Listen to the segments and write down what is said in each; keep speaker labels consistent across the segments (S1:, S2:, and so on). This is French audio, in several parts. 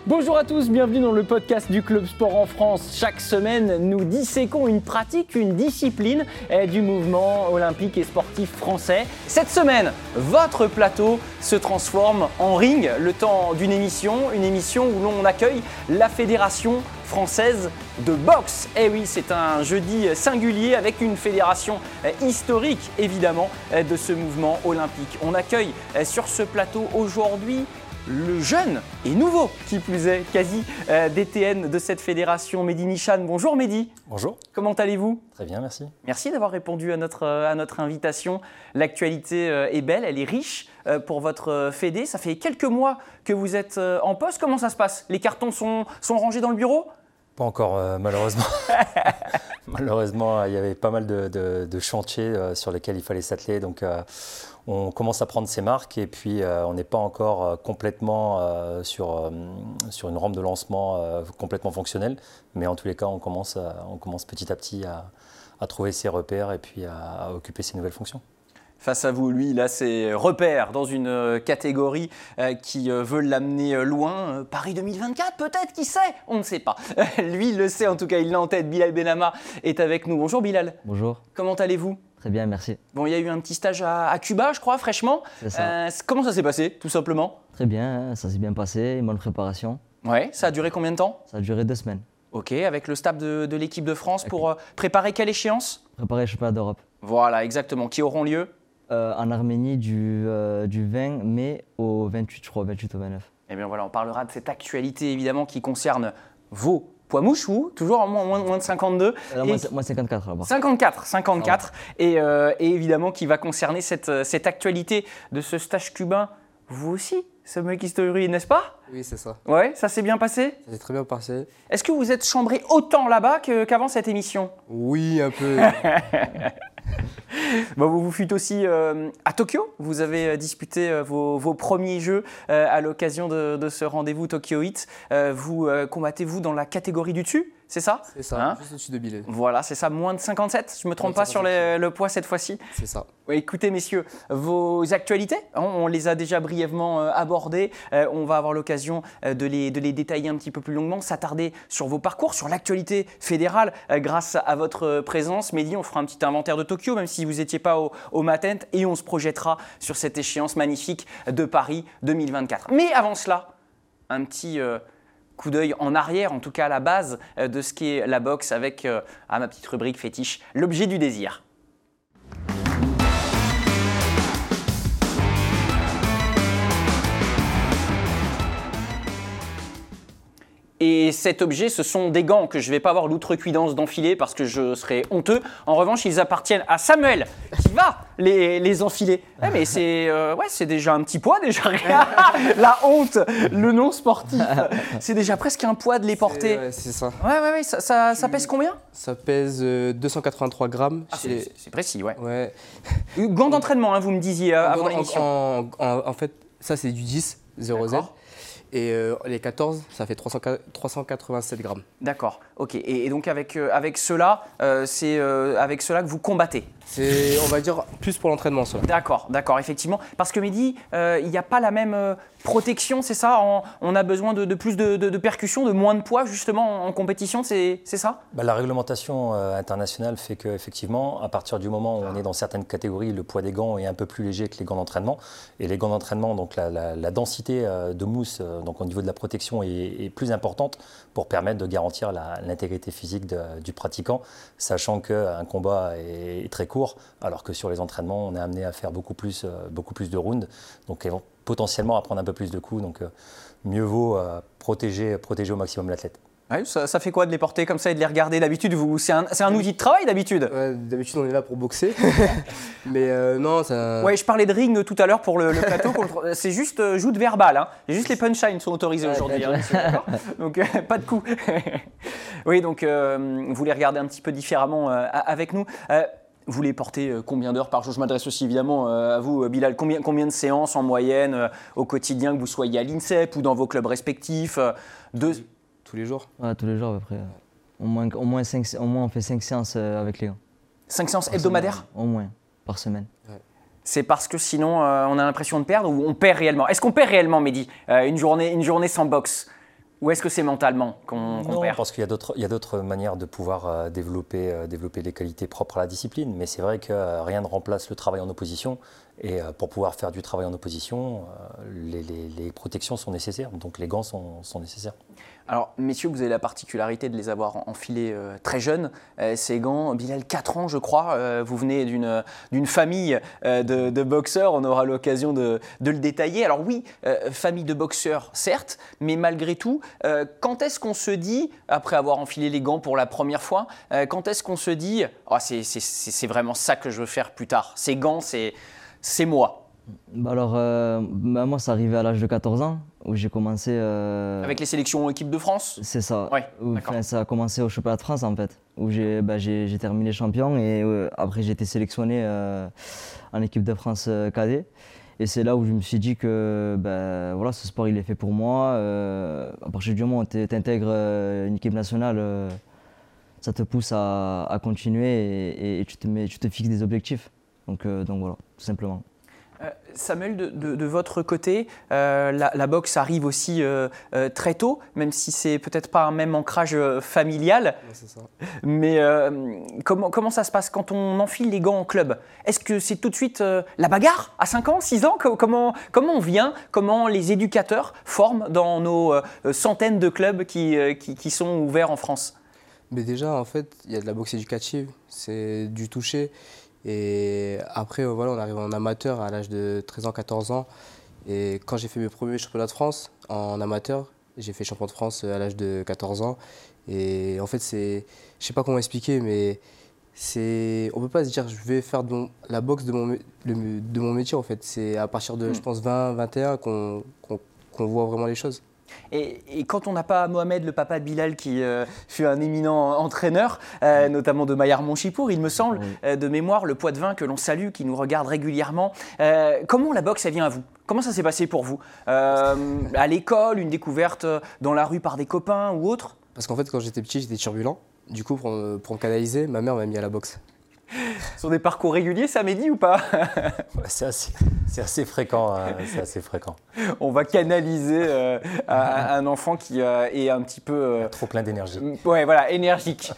S1: Bonjour à tous, bienvenue dans le podcast du Club Sport en France. Chaque semaine, nous disséquons une pratique, une discipline du mouvement olympique et sportif français. Cette semaine, votre plateau se transforme en ring, le temps d'une émission où l'on accueille la Fédération française de boxe. Eh oui, c'est un jeudi singulier avec une fédération historique, évidemment, de ce mouvement olympique. On accueille sur ce plateau aujourd'hui le jeune et nouveau, qui plus est, quasi DTN de cette fédération, Mehdi Nichane. Bonjour Mehdi.
S2: Bonjour.
S1: Comment allez-vous ?
S2: Très bien, merci.
S1: Merci d'avoir répondu à notre invitation. L'actualité est belle, elle est riche pour votre fédé. Ça fait quelques mois que vous êtes en poste. Comment ça se passe ? Les cartons sont rangés dans le bureau ?
S2: Pas encore, malheureusement. Malheureusement, il y avait pas mal de chantiers sur lesquels il fallait s'atteler. Donc, on commence à prendre ses marques et puis on n'est pas encore complètement sur une rampe de lancement complètement fonctionnelle. Mais en tous les cas, on commence petit à petit à trouver ses repères et puis à occuper ses nouvelles fonctions.
S1: Face à vous, lui, il a ses repères dans une catégorie qui veut l'amener loin. Paris 2024, peut-être, qui sait ? On ne sait pas. Lui, il le sait, en tout cas, il l'a en tête. Bilal Benama est avec nous. Bonjour Bilal.
S3: Bonjour.
S1: Comment allez-vous ?
S3: Très bien, merci.
S1: Bon, il y a eu un petit stage à Cuba, je crois, fraîchement.
S3: C'est ça.
S1: Comment ça s'est passé, tout simplement ?
S3: Très bien, ça s'est bien passé, une bonne préparation.
S1: Ouais, ça a duré combien de temps ?
S3: Ça a duré 2 semaines.
S1: Ok, avec le staff de l'équipe de France pour préparer quelle échéance ?
S3: Préparer le championnat d'Europe.
S1: Voilà, exactement. Qui auront lieu ?
S3: En Arménie du 20 mai au 28, je crois, 28 au 29.
S1: Eh bien voilà, on parlera de cette actualité évidemment qui concerne vos poids mouches, ou toujours en moins de 52.
S3: Moi 54 là-bas.
S1: 54. Et évidemment qui va concerner cette actualité de ce stage cubain. Vous aussi, Samuel Kistori, n'est-ce pas ?
S4: Oui, c'est ça.
S1: Ouais, ça s'est bien passé ?
S4: Ça s'est très bien passé.
S1: Est-ce que vous êtes chambré autant là-bas qu'avant cette émission ?
S4: Oui, un peu.
S1: Bon, vous fûtes aussi à Tokyo. Vous avez disputé vos premiers jeux à l'occasion de ce rendez-vous Tokyo Heat. Vous combattez-vous dans la catégorie du dessus, c'est ça ?
S4: C'est ça, juste au-dessus de Bilal.
S1: Voilà, c'est ça, moins de 57. Je ne me trompe pas sur le poids cette fois-ci.
S4: C'est ça.
S1: Ouais, écoutez, messieurs, vos actualités, on les a déjà brièvement abordées. On va avoir l'occasion de les détailler un petit peu plus longuement, s'attarder sur vos parcours, sur l'actualité fédérale grâce à votre présence. Mehdi, on fera un petit inventaire de Tokyo, même si vous n'étiez pas au Matent, et on se projettera sur cette échéance magnifique de Paris 2024. Mais avant cela, un petit coup d'œil en arrière, en tout cas à la base de ce qu'est la boxe, avec ma petite rubrique fétiche, l'objet du désir. Et cet objet, ce sont des gants que je ne vais pas avoir l'outrecuidance d'enfiler parce que je serais honteux. En revanche, ils appartiennent à Samuel qui va les enfiler. Ouais, mais c'est déjà un petit poids déjà. La honte, le non sportif, c'est déjà presque un poids de les porter.
S4: C'est ça.
S1: Ouais, ça pèse combien ?
S4: Ça pèse 283 grammes.
S1: Ah, c'est précis, ouais.
S4: Ouais.
S1: Gants d'entraînement, hein, vous me disiez avant l'émission.
S4: En fait, ça c'est du 10, 0Z.
S1: D'accord.
S4: Et les 14, ça fait 387 grammes.
S1: D'accord, ok. Et donc avec cela, c'est avec cela que vous combattez ?
S4: C'est, on va dire, plus pour l'entraînement, ça.
S1: D'accord, effectivement. Parce que Mehdi, il n'y a pas la même protection, c'est ça ? On a besoin de plus de percussion, de moins de poids justement en compétition, c'est ça ?
S2: La réglementation internationale fait qu'effectivement, à partir du moment où on est dans certaines catégories, le poids des gants est un peu plus léger que les gants d'entraînement. Et les gants d'entraînement, donc la densité de mousse donc au niveau de la protection est plus importante pour permettre de garantir l'intégrité physique du pratiquant, sachant qu'un combat est très court, alors que sur les entraînements, on est amené à faire beaucoup plus de rounds, donc potentiellement à prendre un peu plus de coups, donc mieux vaut protéger au maximum l'athlète.
S1: Ouais, ça fait quoi de les porter comme ça et de les regarder d'habitude ? C'est un outil de travail d'habitude ?
S4: Ouais, d'habitude, on est là pour boxer. Mais non, ça...
S1: Ouais, je parlais de ring tout à l'heure pour le plateau. C'est juste joute verbale. Hein. Juste les punchlines sont autorisés aujourd'hui. Hein, donc, pas de coups. Oui, donc vous les regardez un petit peu différemment avec nous. Vous les portez combien d'heures par jour ? Je m'adresse aussi évidemment à vous, Bilal. Combien de séances en moyenne au quotidien, que vous soyez à l'INSEP ou dans vos clubs respectifs
S4: Tous les jours ?
S3: Ouais, tous les jours à peu près. Au moins on fait 5 séances avec les gars.
S1: 5 séances hebdomadaires ?
S3: Au moins, par semaine.
S4: Ouais.
S1: C'est parce que sinon on a l'impression de perdre ou on perd réellement ? Est-ce qu'on perd réellement, Mehdi, une journée sans boxe ? Ou est-ce que c'est mentalement qu'on
S2: Non,
S1: perd?
S2: parce qu'il y a d'autres manières de pouvoir développer les qualités propres à la discipline. Mais c'est vrai que rien ne remplace le travail en opposition. Et pour pouvoir faire du travail en opposition, les protections sont nécessaires. Donc les gants sont nécessaires.
S1: Alors, messieurs, vous avez la particularité de les avoir enfilés très jeunes. Ces gants, Bilal, 4 ans, je crois. Vous venez d'une famille de boxeurs. On aura l'occasion de le détailler. Alors oui, famille de boxeurs, certes, mais malgré tout, quand est-ce qu'on se dit, après avoir enfilé les gants pour la première fois, quand est-ce qu'on se dit oh, c'est vraiment ça que je veux faire plus tard. Ces gants, c'est moi.
S3: Bah alors, moi, c'est arrivé à l'âge de 14 ans où j'ai commencé.
S1: Avec les sélections équipe de France?
S3: C'est ça.
S1: Ouais, d'accord.
S3: Ça a commencé au championnat de France en fait, où j'ai terminé champion et après j'ai été sélectionné en équipe de France cadet. Et c'est là où je me suis dit que voilà, ce sport il est fait pour moi. À partir du moment où tu intègres une équipe nationale, ça te pousse à continuer et tu te fixes des objectifs. Donc voilà, tout simplement.
S1: Samuel, de votre côté, la boxe arrive aussi très tôt, même si c'est peut-être pas un même ancrage familial.
S4: Ouais, c'est ça.
S1: Mais comment ça se passe quand on enfile les gants en club? Est-ce que c'est tout de suite la bagarre à 5 ans, 6 ans? Comment on vient? Comment les éducateurs forment dans nos centaines de clubs qui sont ouverts en France?
S4: Mais déjà, en fait, il y a de la boxe éducative, c'est du toucher. Et après, voilà, on arrive en amateur à l'âge de 13 ans, 14 ans. Et quand j'ai fait mes premiers championnats de France en amateur, j'ai fait champion de France à l'âge de 14 ans. Et en fait, je sais pas comment expliquer, mais on peut pas se dire je vais faire la boxe de mon métier en fait. C'est à partir de, je pense, 20, 21 qu'on voit vraiment les choses.
S1: Et quand on n'a pas Mohamed, le papa de Bilal, qui fut un éminent entraîneur, notamment de Maillard Monchipour, il me semble, de mémoire, le Poitevin que l'on salue, qui nous regarde régulièrement. Comment la boxe, elle vient à vous? Comment ça s'est passé pour vous? À l'école, une découverte dans la rue par des copains ou autre?
S4: Parce qu'en fait, quand j'étais petit, j'étais turbulent. Du coup, pour me canaliser, ma mère m'a mis à la boxe.
S1: Sur des parcours réguliers, ça, Mehdi, ou pas?
S2: C'est assez fréquent. C'est assez fréquent.
S1: On va canaliser un enfant qui est un petit peu...
S2: Trop plein d'énergie.
S1: Ouais, voilà, énergique.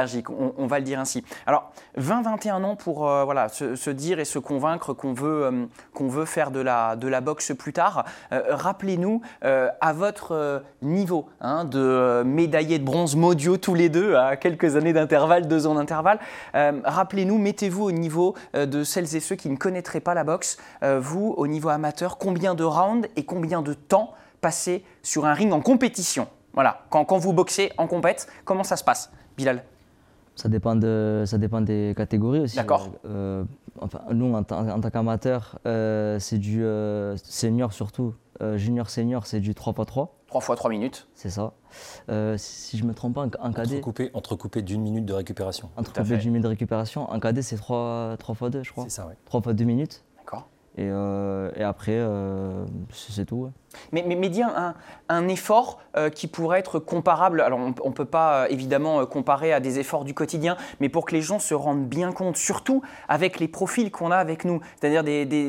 S1: On va le dire ainsi. Alors, 20-21 ans pour voilà, se dire et se convaincre qu'on veut faire de la boxe plus tard. Rappelez-nous, à votre niveau de médaillés de bronze mondiaux tous les deux, à quelques années d'intervalle, 2 ans d'intervalle, rappelez-nous, mettez-vous au niveau de celles et ceux qui ne connaîtraient pas la boxe. Vous, au niveau amateur, combien de rounds et combien de temps passé sur un ring en compétition? Voilà, quand vous boxez en compète, comment ça se passe, Bilal?
S3: Ça dépend des catégories aussi.
S1: D'accord.
S3: Enfin, nous, en tant qu'amateurs, c'est du senior surtout. Junior, senior, c'est du 3x3.
S1: 3 fois 3 minutes.
S3: C'est ça. Si je ne me trompe pas, en cadet...
S2: Entrecoupé d'1 minute de récupération.
S3: Entrecoupé d'1 minute de récupération. En cadet, c'est 3 x 2, je crois.
S2: C'est ça, oui.
S3: 3 fois 2 minutes.
S1: D'accord.
S3: Et après, c'est tout. Ouais.
S1: Mais dis un effort qui pourrait être comparable, alors on ne peut pas évidemment comparer à des efforts du quotidien, mais pour que les gens se rendent bien compte, surtout avec les profils qu'on a avec nous, c'est-à-dire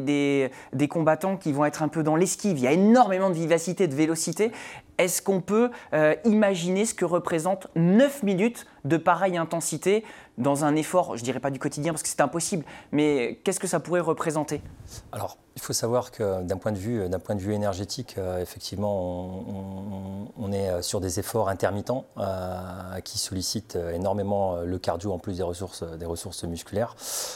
S1: des combattants qui vont être un peu dans l'esquive, il y a énormément de vivacité, de vélocité. Est-ce qu'on peut imaginer ce que représente 9 minutes de pareille intensité dans un effort, je ne dirais pas du quotidien parce que c'est impossible, mais qu'est-ce que ça pourrait représenter?
S2: Alors, il faut savoir que d'un point de vue énergétique, effectivement, on est sur des efforts intermittents qui sollicitent énormément le cardio en plus des ressources musculaires.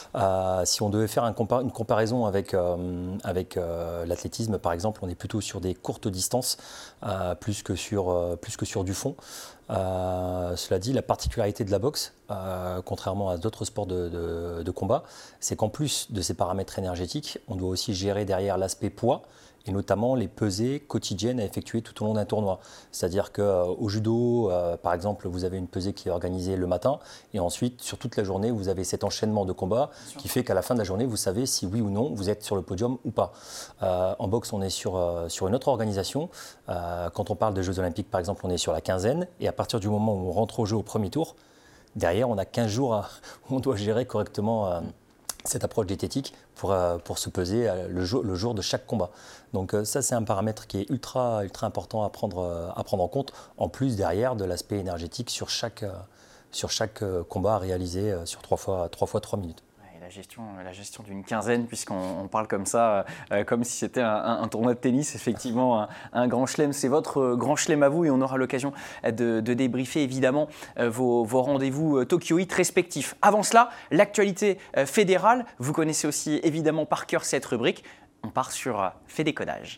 S2: Si on devait faire une comparaison avec l'athlétisme, par exemple, on est plutôt sur des courtes distances plus que sur du fond. Cela dit, la particularité de la boxe, contrairement à d'autres sports de combat, c'est qu'en plus de ces paramètres énergétiques, on doit aussi gérer derrière l'aspect poids et notamment les pesées quotidiennes à effectuer tout au long d'un tournoi. C'est-à-dire qu'au judo, par exemple, vous avez une pesée qui est organisée le matin et ensuite, sur toute la journée, vous avez cet enchaînement de combats qui fait qu'à la fin de la journée, vous savez si oui ou non vous êtes sur le podium ou pas. En boxe, on est sur une autre organisation. Quand on parle de Jeux Olympiques, par exemple, on est sur la quinzaine et à partir du moment où on rentre au jeu au premier tour, derrière, on a 15 jours où on doit gérer correctement cette approche diététique pour se peser le jour de chaque combat. Donc ça, c'est un paramètre qui est ultra important à prendre en compte, en plus derrière de l'aspect énergétique sur chaque combat à réaliser sur 3 fois 3 minutes.
S1: La gestion d'une quinzaine, puisqu'on parle comme ça, comme si c'était un tournoi de tennis, effectivement, un grand chelem. C'est votre grand chelem à vous et on aura l'occasion de débriefer évidemment vos rendez-vous tokyoïtes respectifs. Avant cela, l'actualité fédérale. Vous connaissez aussi évidemment par cœur cette rubrique. On part sur Fédécodage.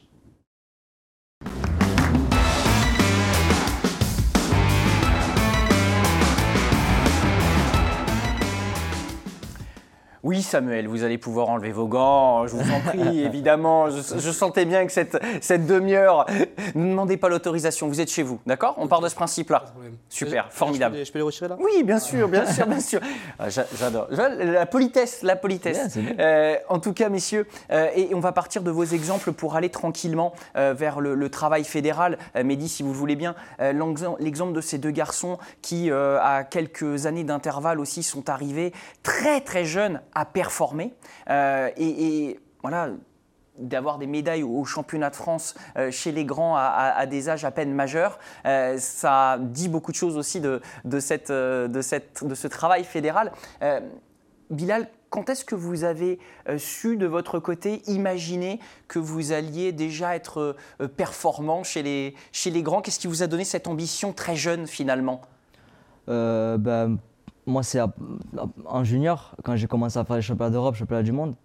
S1: Oui Samuel, vous allez pouvoir enlever vos gants, je vous en prie, évidemment. Je sentais bien que cette demi-heure, ne demandez pas l'autorisation, vous êtes chez vous, d'accord? On part de ce principe-là. Super, formidable.
S4: Je peux les retirer là?
S1: Oui, bien sûr, bien sûr, bien sûr. J'adore. La politesse. Yeah, en tout cas, messieurs, et on va partir de vos exemples pour aller tranquillement vers le travail fédéral. Mehdi, si vous le voulez bien, l'exemple de ces deux garçons qui, à quelques années d'intervalle aussi, sont arrivés très très jeunes à performer et voilà, d'avoir des médailles au championnat de France chez les grands à des âges à peine majeurs, ça dit beaucoup de choses aussi de ce travail fédéral. Bilal, quand est-ce que vous avez su de votre côté imaginer que vous alliez déjà être performant chez les grands? Qu'est-ce qui vous a donné cette ambition très jeune finalement?
S3: Moi, c'est en junior, quand j'ai commencé à faire les championnats d'Europe, championnats du monde,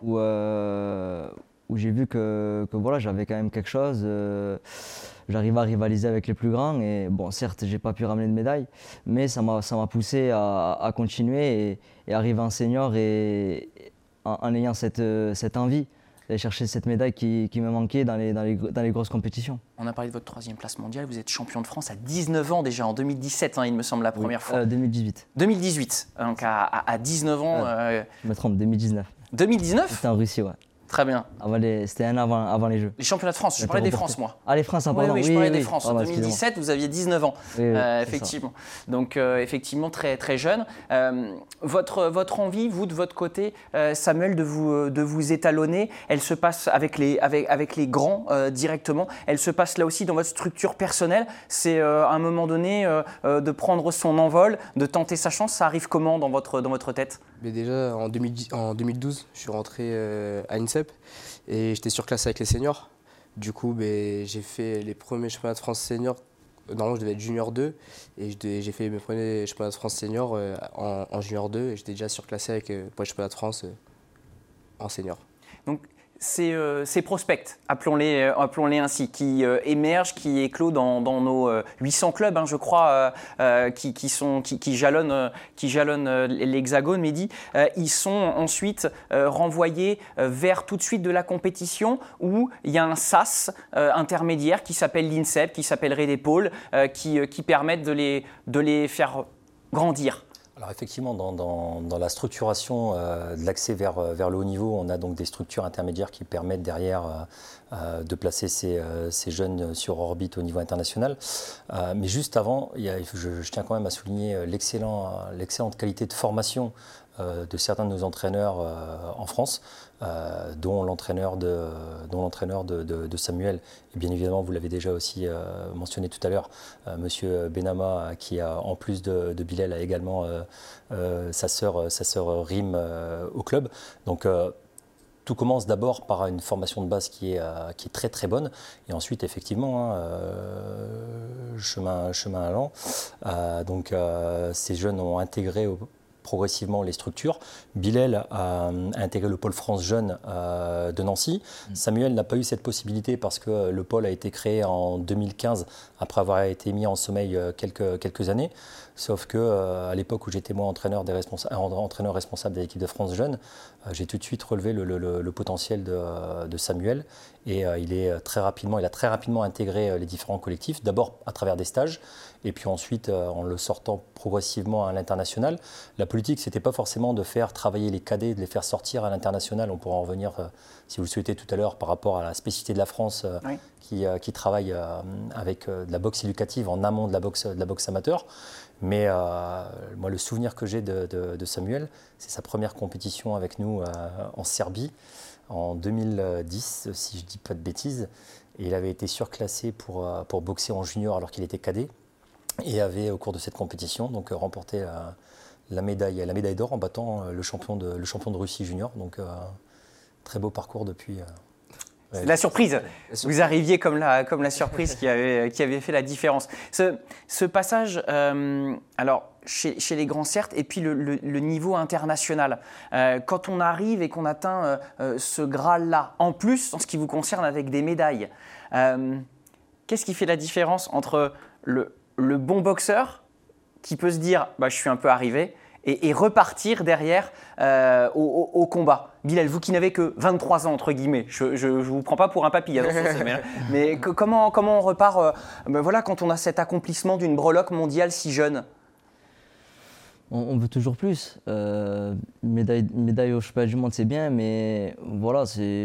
S3: où j'ai vu que voilà, j'avais quand même quelque chose. J'arrivais à rivaliser avec les plus grands. Et bon, certes, je n'ai pas pu ramener de médaille, mais ça m'a poussé à continuer et arriver en senior et en ayant cette envie d'aller chercher cette médaille qui me manquait dans les grosses compétitions.
S1: On a parlé de votre 3e place mondiale, vous êtes champion de France à 19 ans déjà, en 2017, il me semble la première fois.
S3: 2018.
S1: 2018, donc à 19 ans.
S3: Je me trompe, 2019.
S1: 2019
S3: C'était en Russie, ouais.
S1: Très bien.
S3: C'était un an avant les Jeux.
S1: Les championnats de France, je parlais des France, moi.
S3: Ah, les France, pardon.
S1: Oui, je parlais des France. En 2017, vous aviez 19 ans, effectivement. Donc, effectivement, très, très jeune. Votre envie, vous, de votre côté, Samuel, de vous étalonner, elle se passe avec les grands directement. Elle se passe là aussi dans votre structure personnelle. C'est à un moment donné de prendre son envol, de tenter sa chance. Ça arrive comment dans votre tête?
S4: Mais déjà, en 2012, je suis rentré à INSEP et j'étais surclassé avec les seniors. Du coup, j'ai fait les premiers championnats de France seniors. Normalement, je devais être junior 2 et j'ai fait mes premiers championnats de France seniors en junior 2 et j'étais déjà surclassé pour les championnats de France en senior.
S1: Donc, ces prospects, appelons-les ainsi, qui émergent, qui éclosent dans nos 800 clubs, je crois, qui jalonnent l'Hexagone, Mehdi, ils sont ensuite renvoyés vers tout de suite de la compétition où il y a un sas intermédiaire qui s'appelle l'INSEP, qui s'appelle Red Épaules, qui permettent de les faire grandir.
S2: Alors effectivement, dans la structuration de l'accès vers le haut niveau, on a donc des structures intermédiaires qui permettent derrière de placer ces jeunes sur orbite au niveau international. Mais juste avant, je tiens quand même à souligner l'excellente qualité de formation de certains de nos entraîneurs en France, dont l'entraîneur de Samuel, et bien évidemment vous l'avez déjà aussi mentionné tout à l'heure, Monsieur Benama, qui a en plus de Bilal a également sa sœur Rim au club. Donc tout commence d'abord par une formation de base qui est très très bonne, et ensuite effectivement chemin allant. Donc ces jeunes ont intégré progressivement les structures. Bilal a intégré le pôle France Jeune de Nancy. Samuel n'a pas eu cette possibilité parce que le pôle a été créé en 2015 après avoir été mis en sommeil quelques années. Sauf que à l'époque où j'étais moi entraîneur responsable de l'équipe de France Jeune, j'ai tout de suite relevé le potentiel de Samuel et il a très rapidement intégré les différents collectifs, d'abord à travers des stages et puis ensuite en le sortant progressivement à l'international. La politique, c'était pas forcément de faire travailler les cadets, de les faire sortir à l'international. On pourra en revenir, si vous le souhaitez, tout à l'heure par rapport à la spécificité de la France qui travaille avec de la boxe éducative en amont de la boxe amateur. Mais moi, le souvenir que j'ai de Samuel, c'est sa première compétition avec nous en Serbie en 2010, si je ne dis pas de bêtises. Et il avait été surclassé pour boxer en junior alors qu'il était cadet et avait, au cours de cette compétition, donc, remporté la médaille d'or en battant le champion de Russie junior. Donc, très beau parcours depuis.
S1: La surprise, vous arriviez comme la surprise qui avait fait la différence. Ce passage, alors chez les grands certes, et puis le niveau international. Quand on arrive et qu'on atteint ce Graal-là, en plus en ce qui vous concerne avec des médailles, qu'est-ce qui fait la différence entre le bon boxeur qui peut se dire je suis un peu arrivé et repartir derrière au combat? Bilal, vous qui n'avez que 23 ans, entre guillemets, je ne vous prends pas pour un papy, mais comment on repart quand on a cet accomplissement d'une breloque mondiale si jeune?
S3: On veut toujours plus. Médaille au championnat du monde, c'est bien, mais voilà,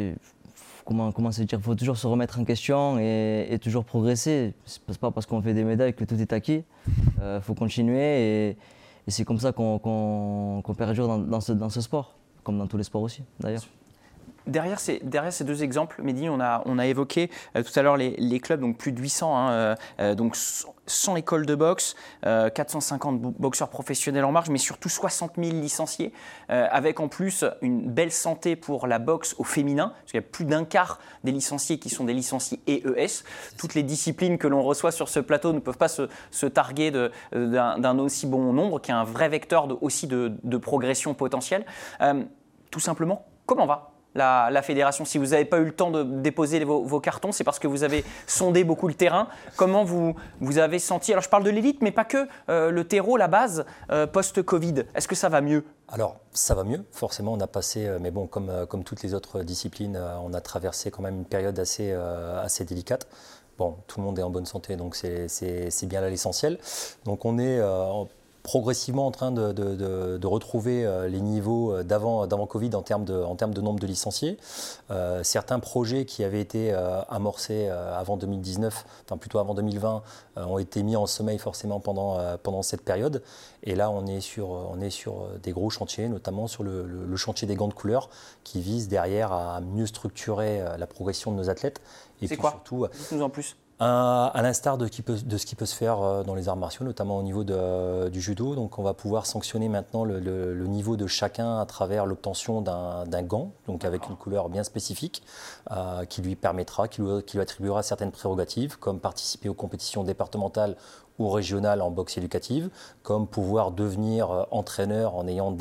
S3: comment se dire, il faut toujours se remettre en question et toujours progresser. C'est pas parce qu'on fait des médailles que tout est acquis. Faut continuer et c'est comme ça qu'on perdure dans ce sport, comme dans tous les sports aussi d'ailleurs.
S1: Derrière ces deux exemples, Mehdi, on a évoqué tout à l'heure les clubs, donc plus de 800, donc 100 écoles de boxe, 450 boxeurs professionnels en marge, mais surtout 60 000 licenciés, avec en plus une belle santé pour la boxe au féminin, parce qu'il y a plus d'un quart des licenciés qui sont des licenciés EES. Toutes les disciplines que l'on reçoit sur ce plateau ne peuvent pas se targuer d'un aussi bon nombre, qui est un vrai vecteur de progression potentielle. Tout simplement, comment va la fédération? Si vous n'avez pas eu le temps de déposer vos cartons, c'est parce que vous avez sondé beaucoup le terrain. Comment vous avez senti, alors je parle de l'élite, mais pas que, le terreau, la base, post-Covid? Est-ce que ça va mieux?
S2: Alors, ça va mieux. Forcément, on a passé, mais bon, comme toutes les autres disciplines, on a traversé quand même une période assez délicate. Bon, tout le monde est en bonne santé, donc c'est bien là l'essentiel. Donc, on est progressivement en train de retrouver les niveaux d'avant Covid en termes de nombre de licenciés. Certains projets qui avaient été amorcés avant 2019, enfin plutôt avant 2020, ont été mis en sommeil forcément pendant cette période. Et là, on est sur des gros chantiers, notamment sur le chantier des gants de couleur, qui vise derrière à mieux structurer la progression de nos athlètes. Et
S1: c'est
S2: puis
S1: quoi?
S2: surtout,
S1: dites-nous en plus.
S2: à l'instar de ce qui peut se faire dans les arts martiaux, notamment au niveau du judo. Donc on va pouvoir sanctionner maintenant le niveau de chacun à travers l'obtention d'un gant, donc avec une couleur bien spécifique, qui lui permettra, qui lui attribuera certaines prérogatives, comme participer aux compétitions départementales ou régionales en boxe éducative, comme pouvoir devenir entraîneur en ayant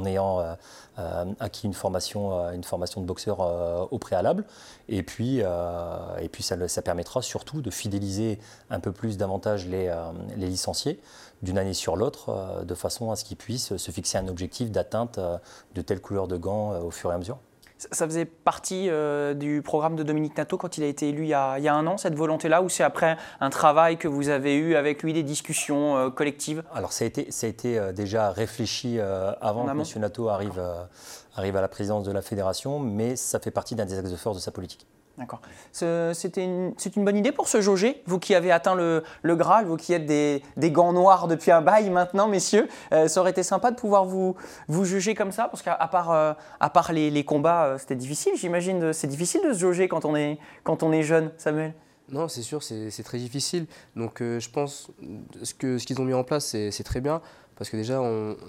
S2: acquis une formation de boxeur au préalable. Et puis ça permettra surtout de fidéliser un peu plus davantage les licenciés d'une année sur l'autre, de façon à ce qu'ils puissent se fixer un objectif d'atteinte de telle couleur de gants au fur et à mesure.
S1: Ça faisait partie du programme de Dominique Nato quand il a été élu il y a un an, cette volonté-là, ou c'est après un travail que vous avez eu avec lui, des discussions collectives? Alors
S2: ça a été déjà réfléchi avant que M. Nato arrive à la présidence de la fédération, mais ça fait partie d'un des axes de force de sa politique.
S1: D'accord. C'est une bonne idée pour se jauger, vous qui avez atteint le Graal, vous qui êtes des gants noirs depuis un bail maintenant, messieurs. Ça aurait été sympa de pouvoir vous juger comme ça, parce qu'à part les combats, c'était difficile, j'imagine. C'est difficile de se jauger quand on est jeune, Samuel.
S4: Non, c'est sûr, c'est très difficile. Donc je pense que ce qu'ils ont mis en place, c'est très bien, parce que déjà, on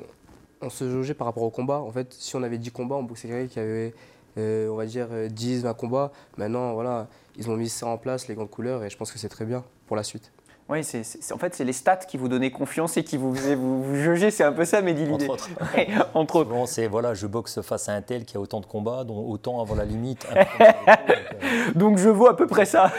S4: se jaugeait par rapport au combat. En fait, si on avait 10 combats, on boxait quelqu'un qui avait on va dire 10, 20 combats. Maintenant, voilà, ils ont mis ça en place, les gants de couleur, et je pense que c'est très bien pour la suite.
S1: Oui, en fait, c'est les stats qui vous donnaient confiance et qui vous faisaient vous juger. C'est un peu ça, Mehdi, l'idée.
S2: Entre autres.
S1: Ouais, entre autres.
S2: Souvent, c'est je boxe face à un tel qui a autant de combats, dont autant avant la limite.
S1: Donc, je vaux à peu près ça.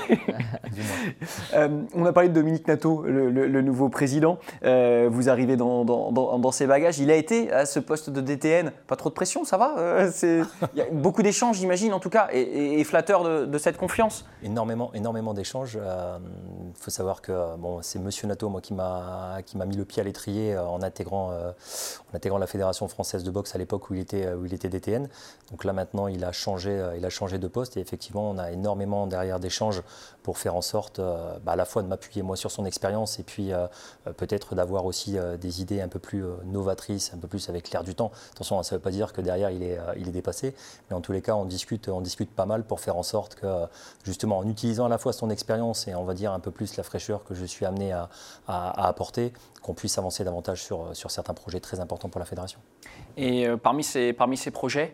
S1: On a parlé de Dominique Nato, le nouveau président. Vous arrivez dans ses bagages. Il a été à ce poste de DTN. Pas trop de pression, ça va? Il y a beaucoup d'échanges, j'imagine, en tout cas, et flatteur de cette confiance.
S2: Énormément d'échanges. Il faut savoir que c'est Monsieur Nato, moi, qui m'a mis le pied à l'étrier en intégrant la Fédération française de boxe à l'époque où il était DTN. Donc là, maintenant, il a changé de poste et effectivement, on a énormément derrière d'échanges pour faire en sorte à la fois de m'appuyer moi sur son expérience et puis peut-être d'avoir aussi des idées un peu plus novatrices, un peu plus avec l'air du temps. Attention, ça ne veut pas dire que derrière il est dépassé, mais en tous les cas on discute pas mal pour faire en sorte que justement en utilisant à la fois son expérience et on va dire un peu plus la fraîcheur que je suis amené à apporter, qu'on puisse avancer davantage sur certains projets très importants pour la fédération.
S1: Et parmi ces projets,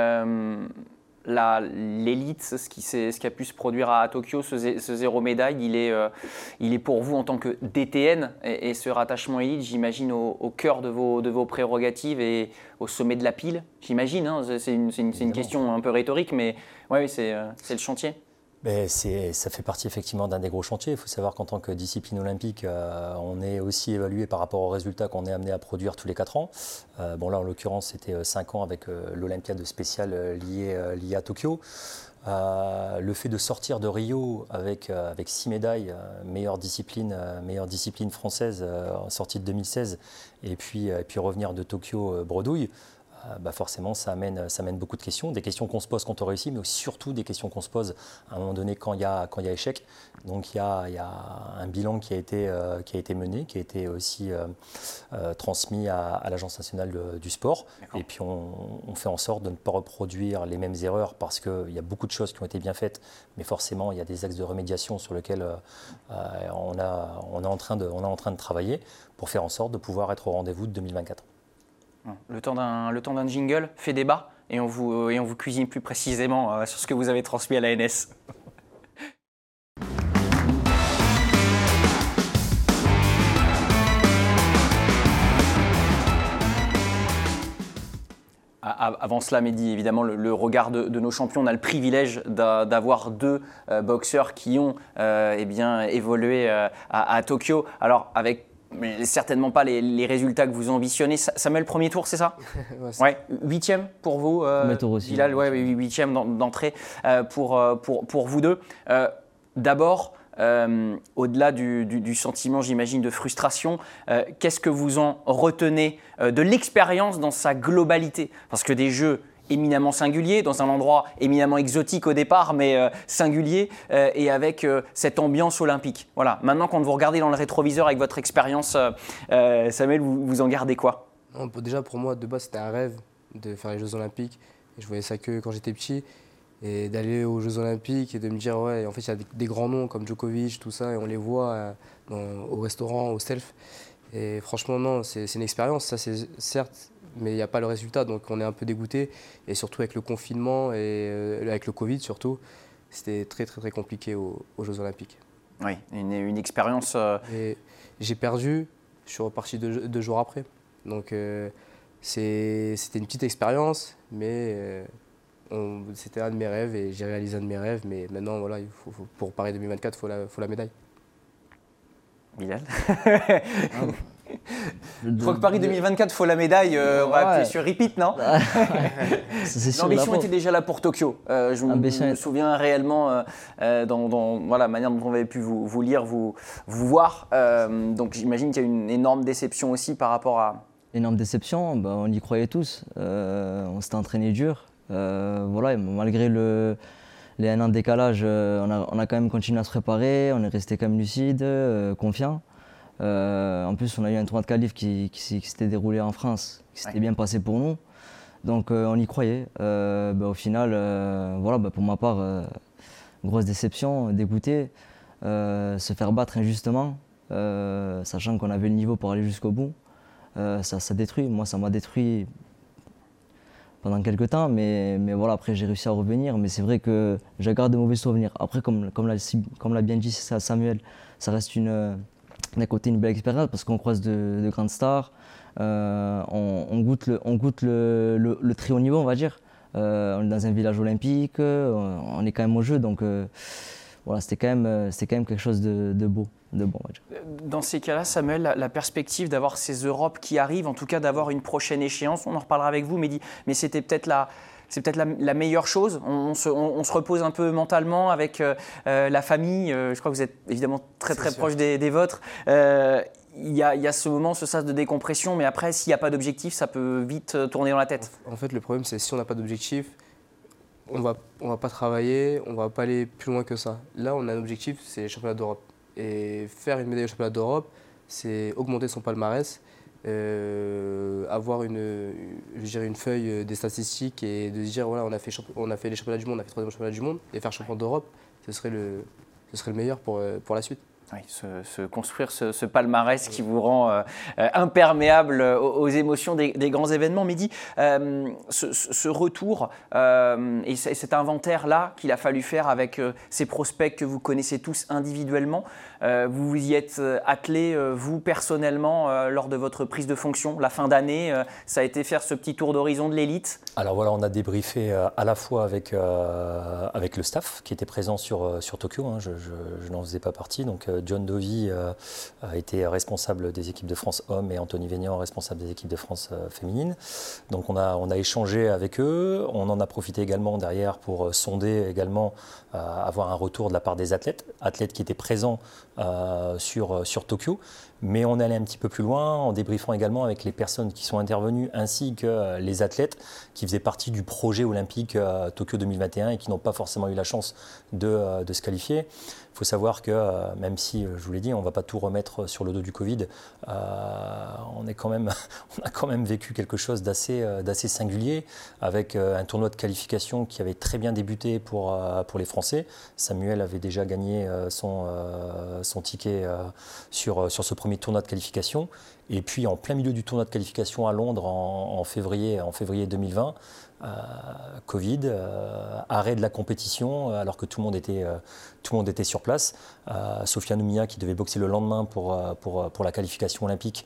S1: l'élite, ce qui a pu se produire à Tokyo, ce zéro médaille, il est pour vous en tant que DTN et ce rattachement élite, j'imagine, au cœur de vos prérogatives et au sommet de la pile, j'imagine. Hein, c'est une question un peu rhétorique, mais ouais, c'est le chantier.
S2: Ça fait partie effectivement d'un des gros chantiers. Il faut savoir qu'en tant que discipline olympique, on est aussi évalué par rapport aux résultats qu'on est amené à produire tous les 4 ans. Là, en l'occurrence, c'était 5 ans avec l'Olympiade spéciale liée à Tokyo. Le fait de sortir de Rio avec 6 médailles, meilleure discipline française en sortie de 2016, et puis revenir de Tokyo bredouille. Forcément, ça amène beaucoup de questions, des questions qu'on se pose quand on réussit, mais surtout des questions qu'on se pose à un moment donné quand il y a échec. Donc il y a un bilan qui a été mené, qui a été aussi transmis à l'Agence nationale du sport. Et puis on fait en sorte de ne pas reproduire les mêmes erreurs parce qu'il y a beaucoup de choses qui ont été bien faites, mais forcément il y a des axes de remédiation sur lesquels on est en train de travailler pour faire en sorte de pouvoir être au rendez-vous de 2024.
S1: Le temps d'un jingle fait débat et on vous cuisine plus précisément sur ce que vous avez transmis à l'ANS. Avant cela, Mehdi, évidemment, le regard de nos champions, on a le privilège d'avoir 2 boxeurs qui ont évolué à Tokyo. Alors, avec mais certainement pas les résultats que vous ambitionnez. Samuel, premier tour, c'est ça? Ouais, 8e pour vous, Bilal, ouais, 8e d'entrée pour vous deux. D'abord, au-delà du sentiment, j'imagine, de frustration, qu'est-ce que vous en retenez de l'expérience dans sa globalité? Parce que des jeux éminemment singulier, dans un endroit éminemment exotique au départ, mais singulier, et avec cette ambiance olympique. Voilà. Maintenant, quand vous regardez dans le rétroviseur avec votre expérience, Samuel, vous en gardez quoi?
S4: Déjà, pour moi, de base, c'était un rêve de faire les Jeux Olympiques. Et je voyais ça que quand j'étais petit. Et d'aller aux Jeux Olympiques et de me dire, ouais, en fait, il y a des grands noms comme Djokovic, tout ça, et on les voit au restaurant, au self. Et franchement, non, c'est une expérience, ça, c'est certes, mais il n'y a pas le résultat, donc on est un peu dégoûté. Et surtout avec le confinement et avec le Covid surtout, c'était très très très compliqué aux Jeux Olympiques.
S1: Oui, une expérience...
S4: Et j'ai perdu, je suis reparti 2 jours après. Donc c'était une petite expérience, mais c'était un de mes rêves et j'ai réalisé un de mes rêves. Mais maintenant, voilà, pour Paris 2024, il faut la médaille.
S1: Bilal. Je crois que Paris 2024, il faut la médaille, on va appuyer sur repeat, non? L'ambition était déjà là pour Tokyo. Je me souviens réellement dans la manière dont on avait pu vous lire, vous voir. Donc j'imagine qu'il y a une énorme déception aussi par rapport à...
S3: Énorme déception, on y croyait tous. On s'était entraîné dur. Malgré les 1 an de décalage, on a quand même continué à se préparer. On est resté quand même lucide, confiant. En plus, on a eu un tournoi de qualif qui s'était déroulé en France, qui s'était bien passé pour nous. Donc, on y croyait. Au final, pour ma part, grosse déception, dégoûté. Se faire battre injustement, sachant qu'on avait le niveau pour aller jusqu'au bout. Ça détruit. Moi, ça m'a détruit pendant quelques temps, mais voilà, après j'ai réussi à revenir. Mais c'est vrai que je garde de mauvais souvenirs. Après, comme l'a bien dit Samuel, ça reste d'un côté une belle expérience parce qu'on croise de grandes stars, on goûte le très haut niveau, on va dire. On est dans un village olympique, on est quand même au jeu, donc c'était quand même quelque chose de beau, on va dire.
S1: Dans ces cas-là, Samuel, la perspective d'avoir ces Europes qui arrivent, en tout cas d'avoir une prochaine échéance, on en reparlera avec vous, mais c'était peut-être c'est peut-être la meilleure chose. On se repose un peu mentalement avec la famille. Je crois que vous êtes évidemment très proche des vôtres. Il y a ce moment, ce sas de décompression, mais après, s'il n'y a pas d'objectif, ça peut vite tourner dans la tête.
S4: En fait, le problème, c'est si on n'a pas d'objectif, on va pas travailler, on ne va pas aller plus loin que ça. Là, on a un objectif, c'est les championnats d'Europe. Et faire une médaille aux championnats d'Europe, c'est augmenter son palmarès, avoir une feuille des statistiques et de se dire voilà, on a fait les championnats du monde, on a fait 3e championnat du monde, et faire champion d'Europe, ce serait le meilleur pour la suite.
S1: Oui, construire ce palmarès qui vous rend imperméable aux émotions des grands événements. Mehdi, ce retour et cet inventaire-là qu'il a fallu faire avec ces prospects que vous connaissez tous individuellement, vous vous y êtes attelé, vous personnellement, lors de votre prise de fonction, la fin d'année, ça a été faire ce petit tour d'horizon de l'élite?
S2: Alors voilà, on a débriefé à la fois avec le staff qui était présent sur Tokyo, hein, je n'en faisais pas partie, donc John Dovy a été responsable des équipes de France hommes et Anthony Vénian responsable des équipes de France féminines. Donc on a échangé avec eux, on en a profité également derrière pour sonder également, avoir un retour de la part des athlètes qui étaient présents sur Tokyo. Mais on est allé un petit peu plus loin en débriefant également avec les personnes qui sont intervenues ainsi que les athlètes qui faisaient partie du projet olympique Tokyo 2021 et qui n'ont pas forcément eu la chance de se qualifier. Il faut savoir que même si, je vous l'ai dit, on ne va pas tout remettre sur le dos du Covid, on a quand même vécu quelque chose d'assez singulier avec un tournoi de qualification qui avait très bien débuté pour les Français. Samuel avait déjà gagné son ticket sur ce premier tournoi de qualification. Et puis en plein milieu du tournoi de qualification à Londres en février 2020, Covid, arrêt de la compétition alors que tout le monde était sur place. Sofiane Oumia, qui devait boxer le lendemain pour la qualification olympique,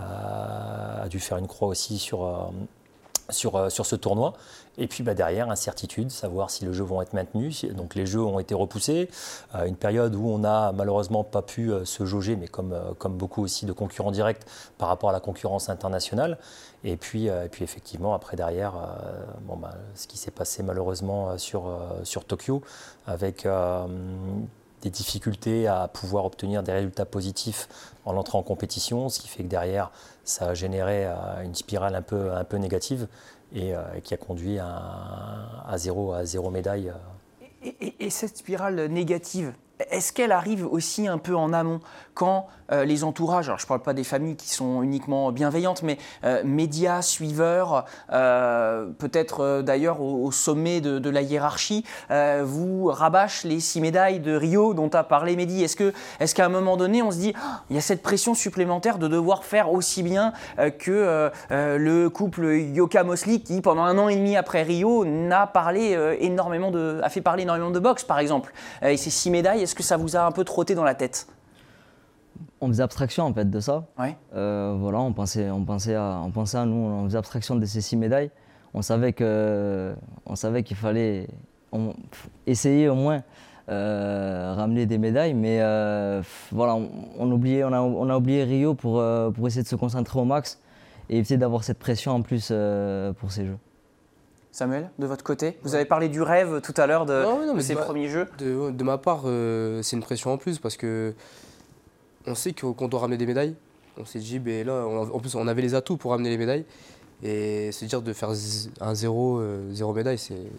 S2: a dû faire une croix aussi sur ce tournoi. Et puis derrière, incertitude, savoir si les Jeux vont être maintenus. Donc les Jeux ont été repoussés. Une période où on n'a malheureusement pas pu se jauger, mais comme beaucoup aussi de concurrents directs par rapport à la concurrence internationale. Et puis effectivement, après derrière, ce qui s'est passé malheureusement sur Tokyo, avec des difficultés à pouvoir obtenir des résultats positifs en entrant en compétition, ce qui fait que derrière, ça a généré une spirale un peu négative et qui a conduit à zéro médaille.
S1: Et cette spirale négative, est-ce qu'elle arrive aussi un peu en amont quand les entourages, alors je ne parle pas des familles qui sont uniquement bienveillantes, mais médias, suiveurs, peut-être d'ailleurs au sommet de la hiérarchie, vous rabâchent les 6 médailles de Rio dont a parlé Mehdi? Est-ce qu'à un moment donné, on se dit il y a cette pression supplémentaire de devoir faire aussi bien que le couple Yoka Mosley qui, pendant 1 an et demi après Rio, a fait parler énormément de boxe, par exemple. Et ces 6 médailles, est-ce que ça vous a un peu trotté dans la tête?
S3: On faisait abstraction en fait de ça.
S1: Ouais.
S3: Voilà, on pensait à nous, on faisait abstraction de ces 6 médailles. On savait qu'il fallait essayer au moins ramener des médailles, mais voilà, on a oublié Rio pour essayer de se concentrer au max et essayer d'avoir cette pression en plus pour ces Jeux.
S1: Samuel, de votre côté, vous avez parlé du rêve tout à l'heure de ces premiers Jeux.
S4: De ma part, c'est une pression en plus parce que on sait qu'on doit ramener des médailles. On s'est dit, là, en plus, on avait les atouts pour ramener les médailles. Et se dire de faire un zéro médaille,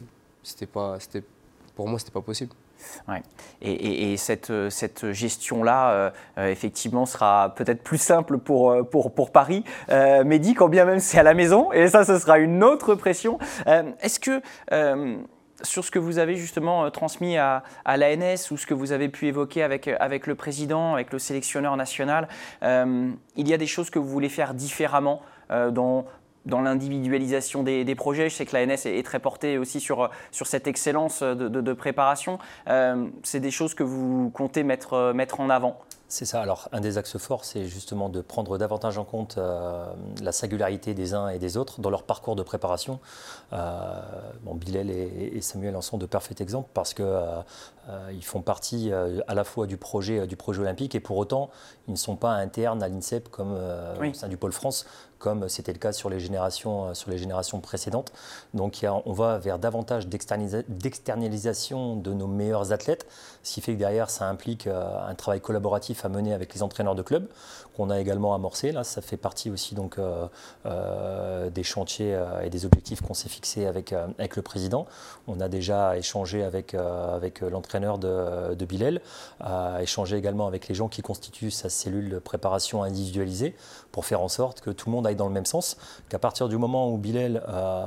S4: pour moi, c'était pas possible.
S1: Ouais. Et cette gestion-là, effectivement, sera peut-être plus simple pour Paris. Mehdi, quand bien même c'est à la maison, et ça, ce sera une autre pression. Est-ce que, sur ce que vous avez justement transmis à l'ANS ou ce que vous avez pu évoquer avec le président, avec le sélectionneur national, il y a des choses que vous voulez faire différemment dans l'individualisation des projets? Je sais que l'ANS est très portée aussi sur cette excellence de préparation. C'est des choses que vous comptez mettre en avant?
S2: C'est ça. Alors, un des axes forts, c'est justement de prendre davantage en compte la singularité des uns et des autres dans leur parcours de préparation. Bilal et Samuel en sont de parfaits exemples parce qu'ils font partie à la fois du projet olympique et pour autant, ils ne sont pas internes à l'INSEP comme au sein du Pôle France, comme c'était le cas sur les générations précédentes. Donc on va vers davantage d'externalisation de nos meilleurs athlètes, ce qui fait que derrière ça implique un travail collaboratif à mener avec les entraîneurs de club, qu'on a également amorcé. Là, ça fait partie aussi donc, des chantiers et des objectifs qu'on s'est fixés avec le président. On a déjà échangé avec l'entraîneur de Bilal, échangé également avec les gens qui constituent sa cellule de préparation individualisée pour faire en sorte que tout le monde aille dans le même sens, qu'à partir du moment où Bilal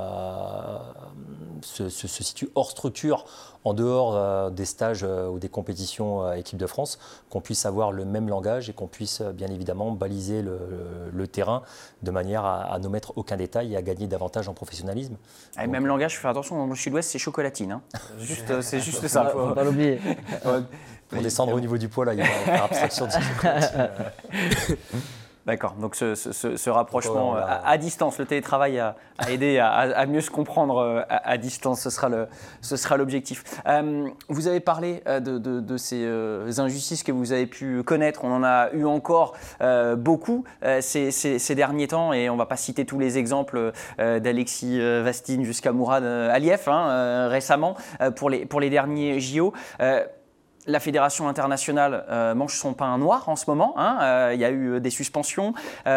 S2: se situe hors structure, en dehors des stages ou des compétitions équipe de France, qu'on puisse avoir le même langage et qu'on puisse bien évidemment baliser le terrain de manière à ne mettre aucun détail et à gagner davantage en professionnalisme.
S1: Et même langage, je fais attention, dans le sud-ouest, c'est chocolatine. Hein. C'est juste ça.
S3: Faut pas l'oublier.
S2: Pour descendre au niveau du poids, là, il va faire abstraction de ce chocolatine.
S1: D'accord, donc ce rapprochement à distance, le télétravail a aidé à mieux se comprendre à distance, ce sera l'objectif. Vous avez parlé de ces injustices que vous avez pu connaître, on en a eu encore beaucoup ces derniers temps et on ne va pas citer tous les exemples d'Alexis Vastine jusqu'à Mourad Aliev récemment pour les derniers JO. La Fédération internationale mange son pain noir en ce moment. Il y a eu des suspensions.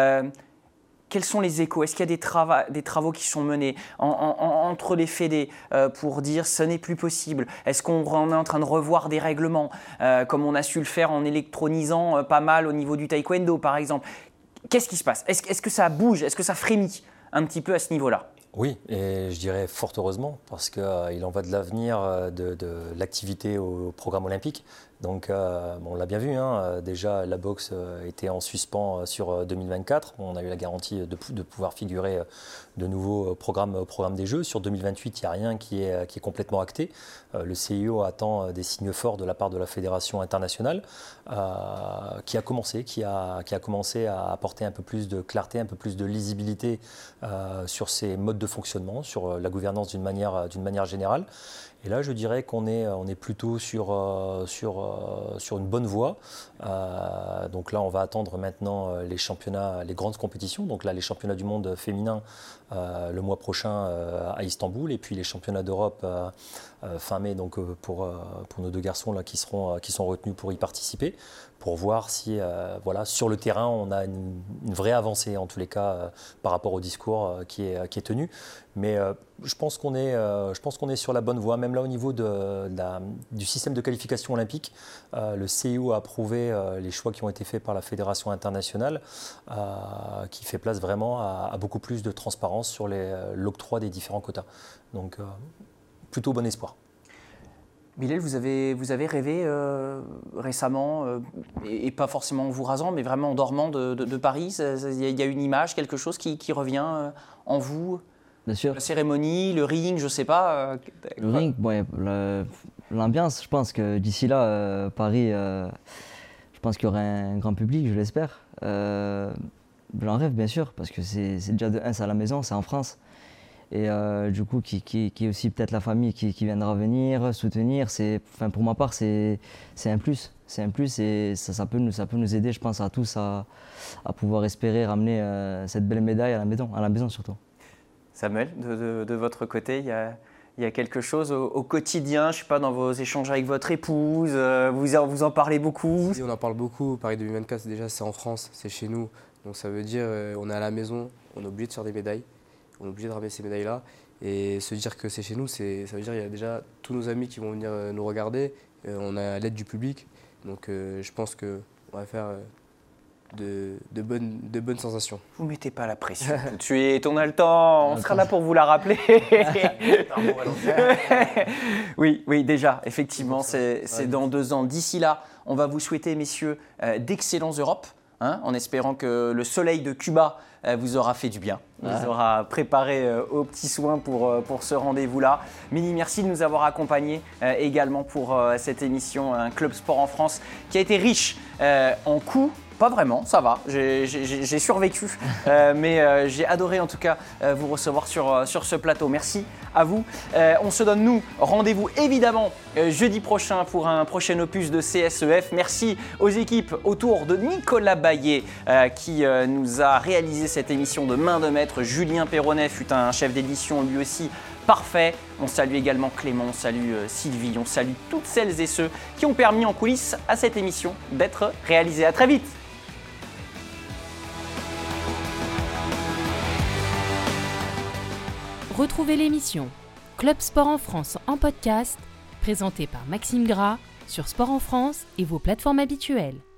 S1: Quels sont les échos? Est-ce qu'il y a des travaux qui sont menés entre les fédés pour dire ce n'est plus possible? Est-ce qu'on est en train de revoir des règlements comme on a su le faire en électronisant pas mal au niveau du taekwondo par exemple? Qu'est-ce qui se passe? Est-ce que ça bouge? Est-ce que ça frémit un petit peu à ce niveau-là?
S2: Oui, et je dirais fort heureusement, parce qu'il en va de l'avenir de l'activité au programme olympique. Donc, on l'a bien vu, déjà la boxe était en suspens sur 2024. On a eu la garantie de pouvoir figurer de nouveau au programme des Jeux. Sur 2028, il n'y a rien qui est complètement acté. Le CIO attend des signes forts de la part de la Fédération internationale qui a commencé à apporter un peu plus de clarté, un peu plus de lisibilité sur ses modes de fonctionnement, sur la gouvernance d'une manière générale. Et là, je dirais qu'on est plutôt sur une bonne voie. Donc là, on va attendre maintenant les championnats, les grandes compétitions. Donc là, les championnats du monde féminin le mois prochain à Istanbul, et puis les championnats d'Europe fin mai. Donc pour nos deux garçons là qui sont retenus pour y participer, pour voir si sur le terrain on a une vraie avancée en tous les cas par rapport au discours qui est tenu. Mais je pense qu'on est sur la bonne voie. Même là au niveau du système de qualification olympique, le CIO a approuvé les choix qui ont été faits par la Fédération internationale, qui fait place vraiment à beaucoup plus de transparence sur l'octroi des différents quotas. Donc plutôt bon espoir.
S1: Bilal, vous avez rêvé récemment, et pas forcément en vous rasant, mais vraiment en dormant de Paris. Il y a une image, quelque chose qui revient en vous?
S3: Bien sûr.
S1: La cérémonie, le ring, je ne sais pas.
S3: Le ring, l'ambiance, je pense que d'ici là, Paris, je pense qu'il y aura un grand public, je l'espère. J'en rêve bien sûr, parce que c'est déjà de 1, c'est à la maison, c'est en France. Et du coup, qui est aussi peut-être la famille qui viendra venir, soutenir. Pour ma part, c'est un plus. C'est un plus et ça peut nous aider, je pense, à tous à pouvoir espérer ramener cette belle médaille à la maison surtout.
S1: Samuel, de votre côté, il y a quelque chose au quotidien, je ne sais pas, dans vos échanges avec votre épouse, vous en parlez beaucoup?
S4: Oui, on en parle beaucoup. Paris 2024, déjà, c'est en France, c'est chez nous. Donc ça veut dire on est à la maison, on est obligé de faire des médailles. On est obligé de ramener ces médailles-là. Et se dire que c'est chez nous, ça veut dire qu'il y a déjà tous nos amis qui vont venir nous regarder. On a l'aide du public. Donc je pense qu'on va faire de bonnes sensations.
S1: Vous ne mettez pas la pression tout de suite, on a le temps, on sera là pour vous la rappeler. Oui, déjà, effectivement, c'est dans 2 ans. D'ici là, on va vous souhaiter, messieurs, d'excellence Europe. En espérant que le soleil de Cuba vous aura fait du bien, vous aura préparé aux petits soins pour ce rendez-vous-là. Mini, merci de nous avoir accompagnés également pour cette émission Club Sport en France qui a été riche en coups. Pas vraiment, ça va, j'ai survécu, mais j'ai adoré en tout cas vous recevoir sur ce plateau. Merci à vous. On se donne, nous, rendez-vous évidemment jeudi prochain pour un prochain opus de CSEF. Merci aux équipes autour de Nicolas Baillet qui nous a réalisé cette émission de main de maître. Julien Perronnet fut un chef d'édition lui aussi parfait. On salue également Clément, on salue Sylvie, on salue toutes celles et ceux qui ont permis en coulisses à cette émission d'être réalisée. À très vite.
S5: Retrouvez l'émission Club Sport en France en podcast, présentée par Maxime Gras sur Sport en France et vos plateformes habituelles.